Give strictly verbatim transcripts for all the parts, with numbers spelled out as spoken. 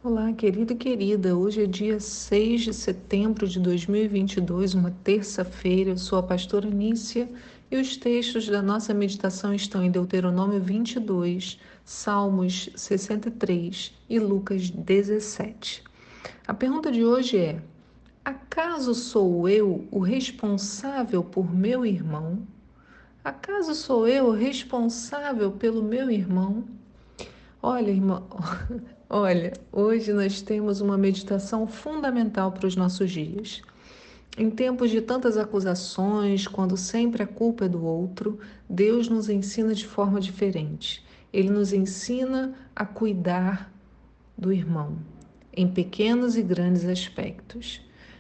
Olá, querido e querida. Hoje é dia seis de setembro de dois mil e vinte e dois, uma terça-feira. Eu sou a pastora Nícia e os textos da nossa meditação estão em Deuteronômio vinte e dois, Salmos sessenta e três e Lucas dezessete. A pergunta de hoje é: acaso sou eu o responsável por meu irmão? Acaso sou eu o responsável pelo meu irmão? Olha, irmão, olha, hoje nós temos uma meditação fundamental para os nossos dias. Em tempos de tantas acusações, quando sempre a culpa é do outro, Deus nos ensina de forma diferente. Ele nos ensina a cuidar do irmão, em pequenos e grandes aspectos.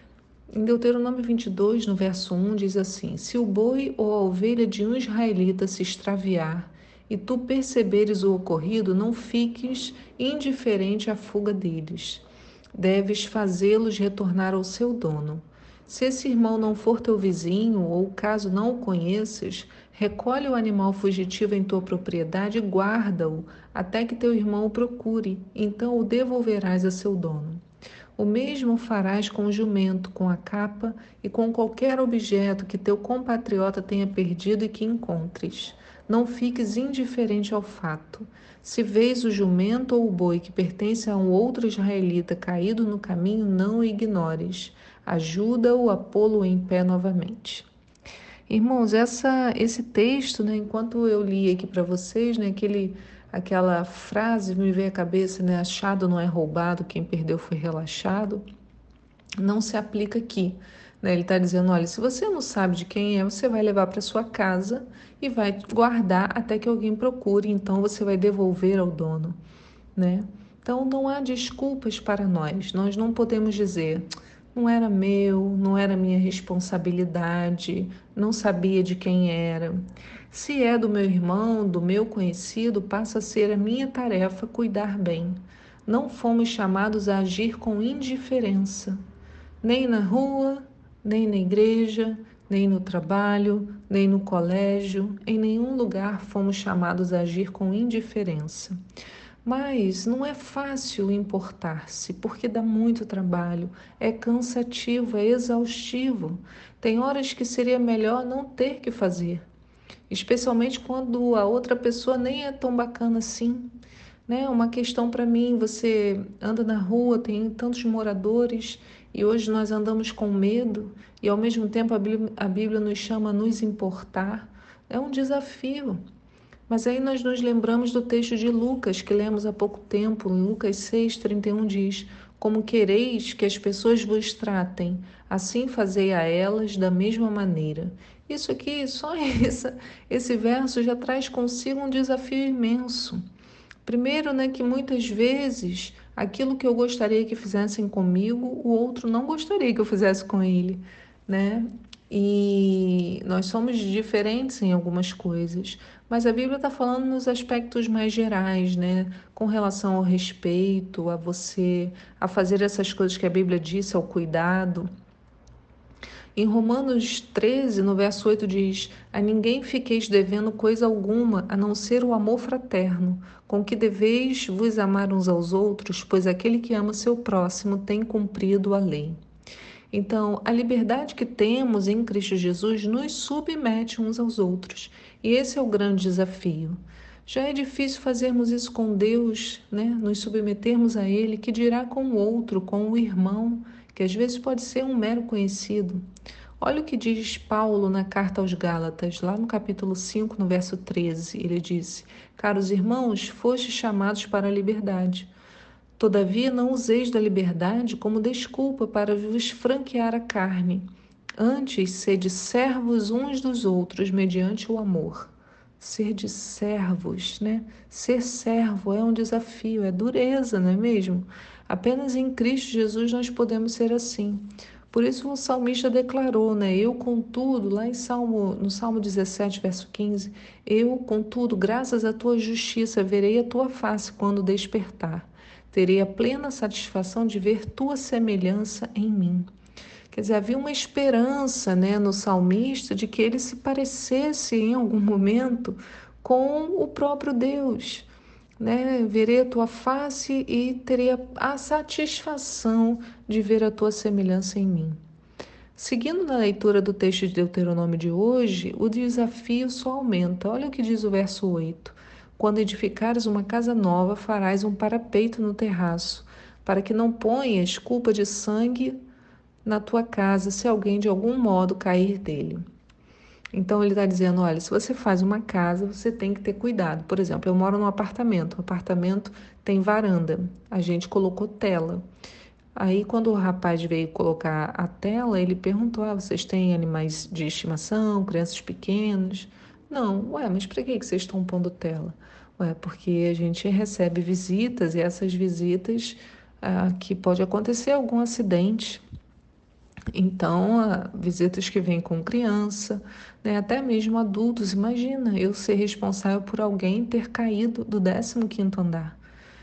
Em Deuteronômio vinte e dois, no verso um, diz assim: Se o boi ou a ovelha de um israelita se extraviar, e tu perceberes o ocorrido, não fiques indiferente à fuga deles. Deves fazê-los retornar ao seu dono. Se esse irmão não for teu vizinho, ou caso não o conheças, recolhe o animal fugitivo em tua propriedade e guarda-o até que teu irmão o procure, então o devolverás a seu dono. O mesmo farás com o jumento, com a capa e com qualquer objeto que teu compatriota tenha perdido e que encontres. Não fiques indiferente ao fato. Se vês o jumento ou o boi que pertence a um outro israelita caído no caminho, não o ignores. Ajuda-o a pô-lo em pé novamente. Irmãos, essa, esse texto, né, enquanto eu li aqui para vocês, né, aquele, aquela frase me veio à cabeça, né, achado não é roubado, quem perdeu foi relaxado, não se aplica aqui. Né? Ele está dizendo, olha, se você não sabe de quem é, você vai levar para sua casa e vai guardar até que alguém procure, então você vai devolver ao dono. Né? Então não há desculpas para nós, nós não podemos dizer não era meu, não era minha responsabilidade, não sabia de quem era. Se é do meu irmão, do meu conhecido, passa a ser a minha tarefa cuidar bem. Não fomos chamados a agir com indiferença, nem na rua, nem na igreja, nem no trabalho, nem no colégio, em nenhum lugar fomos chamados a agir com indiferença. Mas não é fácil importar-se, porque dá muito trabalho, é cansativo, é exaustivo. Tem horas que seria melhor não ter que fazer, especialmente quando a outra pessoa nem é tão bacana assim. Né? Uma questão para mim, você anda na rua, tem tantos moradores e hoje nós andamos com medo e ao mesmo tempo a Bíblia, a Bíblia nos chama a nos importar. É um desafio. Mas aí nós nos lembramos do texto de Lucas, que lemos há pouco tempo, em Lucas seis, trinta e um diz: Como quereis que as pessoas vos tratem, assim fazei a elas da mesma maneira. Isso aqui, só essa, esse verso já traz consigo um desafio imenso. Primeiro, né, que muitas vezes aquilo que eu gostaria que fizessem comigo, o outro não gostaria que eu fizesse com ele, né? E nós somos diferentes em algumas coisas, mas a Bíblia está falando nos aspectos mais gerais, né? Com relação ao respeito, a você, a fazer essas coisas que a Bíblia disse, ao cuidado. Em Romanos treze, no verso oito, diz: A ninguém fiqueis devendo coisa alguma, a não ser o amor fraterno, com que deveis vos amar uns aos outros, pois aquele que ama seu próximo tem cumprido a lei. Então, a liberdade que temos em Cristo Jesus nos submete uns aos outros, e esse é o grande desafio. Já é difícil fazermos isso com Deus, né? Nos submetermos a Ele, que dirá com o outro, com o irmão, que às vezes pode ser um mero conhecido. Olha o que diz Paulo na carta aos Gálatas, lá no capítulo cinco, no verso treze. Ele disse: Caros irmãos, fostes chamados para a liberdade. Todavia, não useis da liberdade como desculpa para vos franquear a carne. Antes, sede servos uns dos outros mediante o amor. Ser de servos, né? Ser servo é um desafio, é dureza, não é mesmo? Apenas em Cristo Jesus nós podemos ser assim. Por isso o salmista declarou, né? Eu, contudo, lá em Salmo, no Salmo dezessete, verso quinze, eu, contudo, graças à tua justiça, verei a tua face quando despertar. Terei a plena satisfação de ver tua semelhança em mim. Quer dizer, havia uma esperança, né, no salmista de que ele se parecesse em algum momento com o próprio Deus. né? Verei a tua face e terei a, a satisfação de ver a tua semelhança em mim. Seguindo na leitura do texto de Deuteronômio de hoje, o desafio só aumenta. Olha o que diz o verso oito. Quando edificares uma casa nova, farás um parapeito no terraço, para que não ponhas culpa de sangue na tua casa, se alguém de algum modo cair dele. Então ele está dizendo, olha, se você faz uma casa, você tem que ter cuidado. Por exemplo, eu moro num apartamento, o apartamento tem varanda, a gente colocou tela. Aí quando o rapaz veio colocar a tela, ele perguntou, ah, vocês têm animais de estimação, crianças pequenas? Não, ué, mas para que que vocês estão pondo tela? Ué, porque a gente recebe visitas e essas visitas, ah, que pode acontecer algum acidente. Então, ah, visitas que vêm com criança, né, até mesmo adultos. Imagina eu ser responsável por alguém ter caído do décimo quinto andar.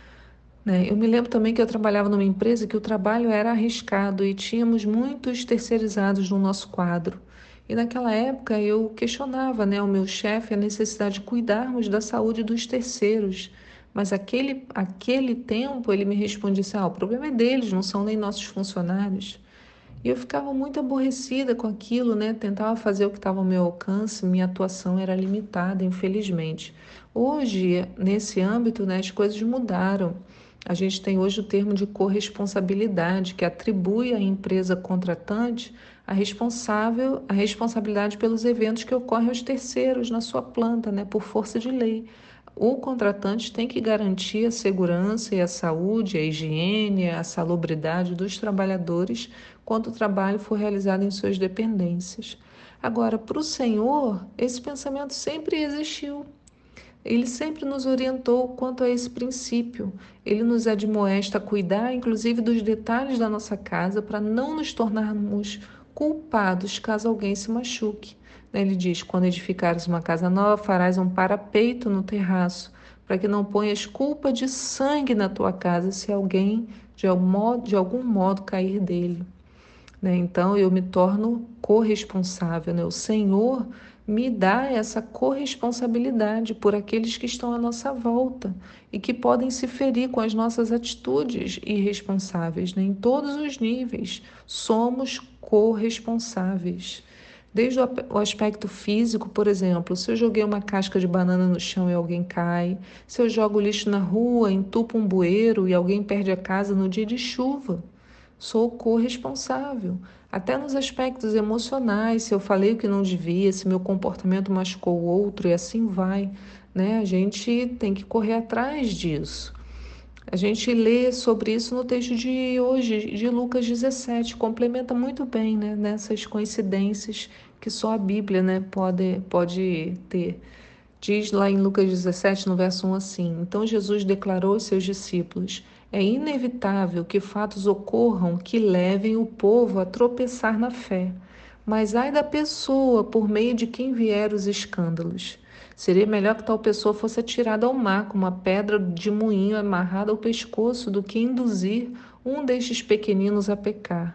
Né? Eu me lembro também que eu trabalhava numa empresa que o trabalho era arriscado e tínhamos muitos terceirizados no nosso quadro. E naquela época eu questionava, né, ao meu chefe a necessidade de cuidarmos da saúde dos terceiros. Mas aquele, aquele tempo ele me respondia assim, ah, o problema é deles, não são nem nossos funcionários. E eu ficava muito aborrecida com aquilo, né? Tentava fazer o que estava ao meu alcance, minha atuação era limitada, infelizmente. Hoje, nesse âmbito, né, as coisas mudaram. A gente tem hoje o termo de corresponsabilidade, que atribui à empresa contratante a responsável, a responsabilidade pelos eventos que ocorrem aos terceiros na sua planta, né, por força de lei. O contratante tem que garantir a segurança e a saúde, a higiene, a salubridade dos trabalhadores quando o trabalho for realizado em suas dependências. Agora, para o Senhor, esse pensamento sempre existiu. Ele sempre nos orientou quanto a esse princípio. Ele nos admoesta a cuidar, inclusive, dos detalhes da nossa casa para não nos tornarmos culpados caso alguém se machuque. Ele diz: quando edificares uma casa nova, farás um parapeito no terraço, para que não ponhas culpa de sangue na tua casa se alguém de algum modo, de algum modo cair dele. Né? Então eu me torno corresponsável, né? O Senhor me dá essa corresponsabilidade por aqueles que estão à nossa volta e que podem se ferir com as nossas atitudes irresponsáveis, né? Em todos os níveis, somos corresponsáveis. Desde o aspecto físico, por exemplo, se eu joguei uma casca de banana no chão e alguém cai, se eu jogo lixo na rua, entupo um bueiro e alguém perde a casa no dia de chuva, sou corresponsável. Até nos aspectos emocionais, se eu falei o que não devia, se meu comportamento machucou o outro e assim vai, né? A gente tem que correr atrás disso. A gente lê sobre isso no texto de hoje, de Lucas dezessete, complementa muito bem, né, nessas coincidências que só a Bíblia, né, pode, pode ter. Diz lá em Lucas dezessete, no verso um, assim: então Jesus declarou aos seus discípulos: é inevitável que fatos ocorram que levem o povo a tropeçar na fé. Mas ai da pessoa por meio de quem vier os escândalos. Seria melhor que tal pessoa fosse atirada ao mar com uma pedra de moinho amarrada ao pescoço do que induzir um destes pequeninos a pecar.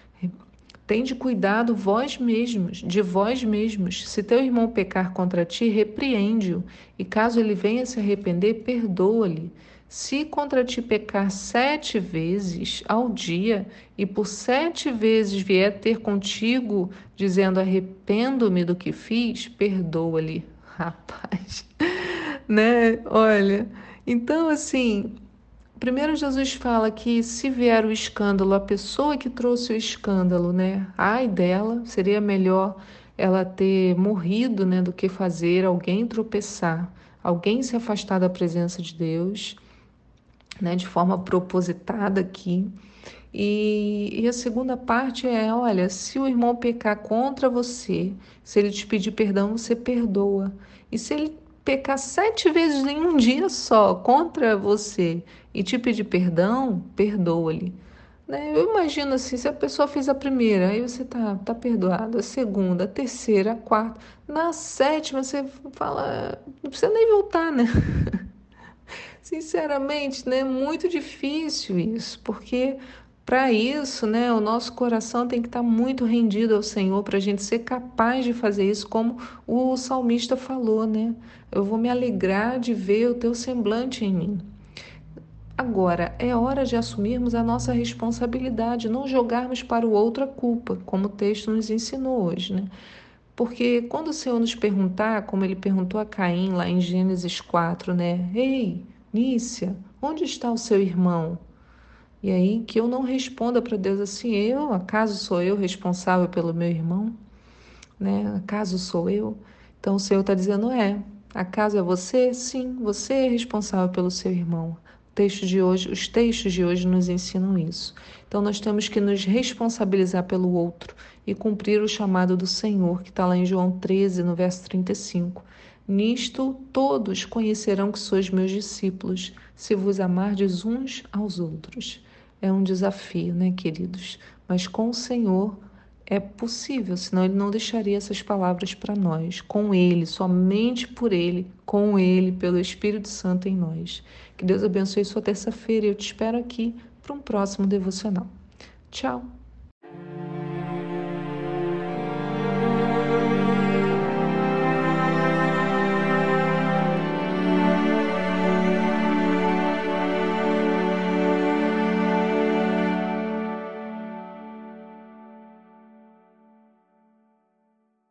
Tende cuidado vós mesmos, de vós mesmos. Se teu irmão pecar contra ti, repreende-o, e caso ele venha se arrepender, perdoa-lhe. Se contra ti pecar sete vezes ao dia, e por sete vezes vier ter contigo, dizendo arrependo-me do que fiz, perdoa-lhe. Rapaz, né? Olha, então assim, primeiro Jesus fala que se vier o escândalo, a pessoa que trouxe o escândalo, né? Ai dela, seria melhor ela ter morrido, né, do que fazer alguém tropeçar, alguém se afastar da presença de Deus, né, de forma propositada aqui. E, e a segunda parte é, olha, se o irmão pecar contra você, se ele te pedir perdão, você perdoa. E se ele pecar sete vezes em um dia só contra você e te pedir perdão, perdoa-lhe. Né? Eu imagino assim, se a pessoa fez a primeira, aí você tá, tá perdoado, a segunda, a terceira, a quarta, na sétima você fala, não precisa nem voltar, né? Sinceramente, né? É muito difícil isso, porque Para isso, né, o nosso coração tem que estar muito rendido ao Senhor para a gente ser capaz de fazer isso, como o salmista falou, né? Eu vou me alegrar de ver o teu semblante em mim. Agora, é hora de assumirmos a nossa responsabilidade, não jogarmos para o outro a culpa, como o texto nos ensinou hoje, né? Porque quando o Senhor nos perguntar, como ele perguntou a Caim lá em Gênesis quatro, né? Ei, Nícia, onde está o seu irmão? E aí que eu não responda para Deus assim, eu, acaso sou eu responsável pelo meu irmão? Né? Acaso sou eu? Então o Senhor está dizendo, é, acaso é você? Sim, você é responsável pelo seu irmão. O texto de hoje, os textos de hoje nos ensinam isso. Então nós temos que nos responsabilizar pelo outro e cumprir o chamado do Senhor, que está lá em João treze, no verso trinta e cinco. Nisto todos conhecerão que sois meus discípulos, se vos amardes uns aos outros. É um desafio, né, queridos? Mas com o Senhor é possível, senão ele não deixaria essas palavras para nós. Com ele, somente por ele, com ele, pelo Espírito Santo em nós. Que Deus abençoe sua terça-feira e eu te espero aqui para um próximo devocional. Tchau!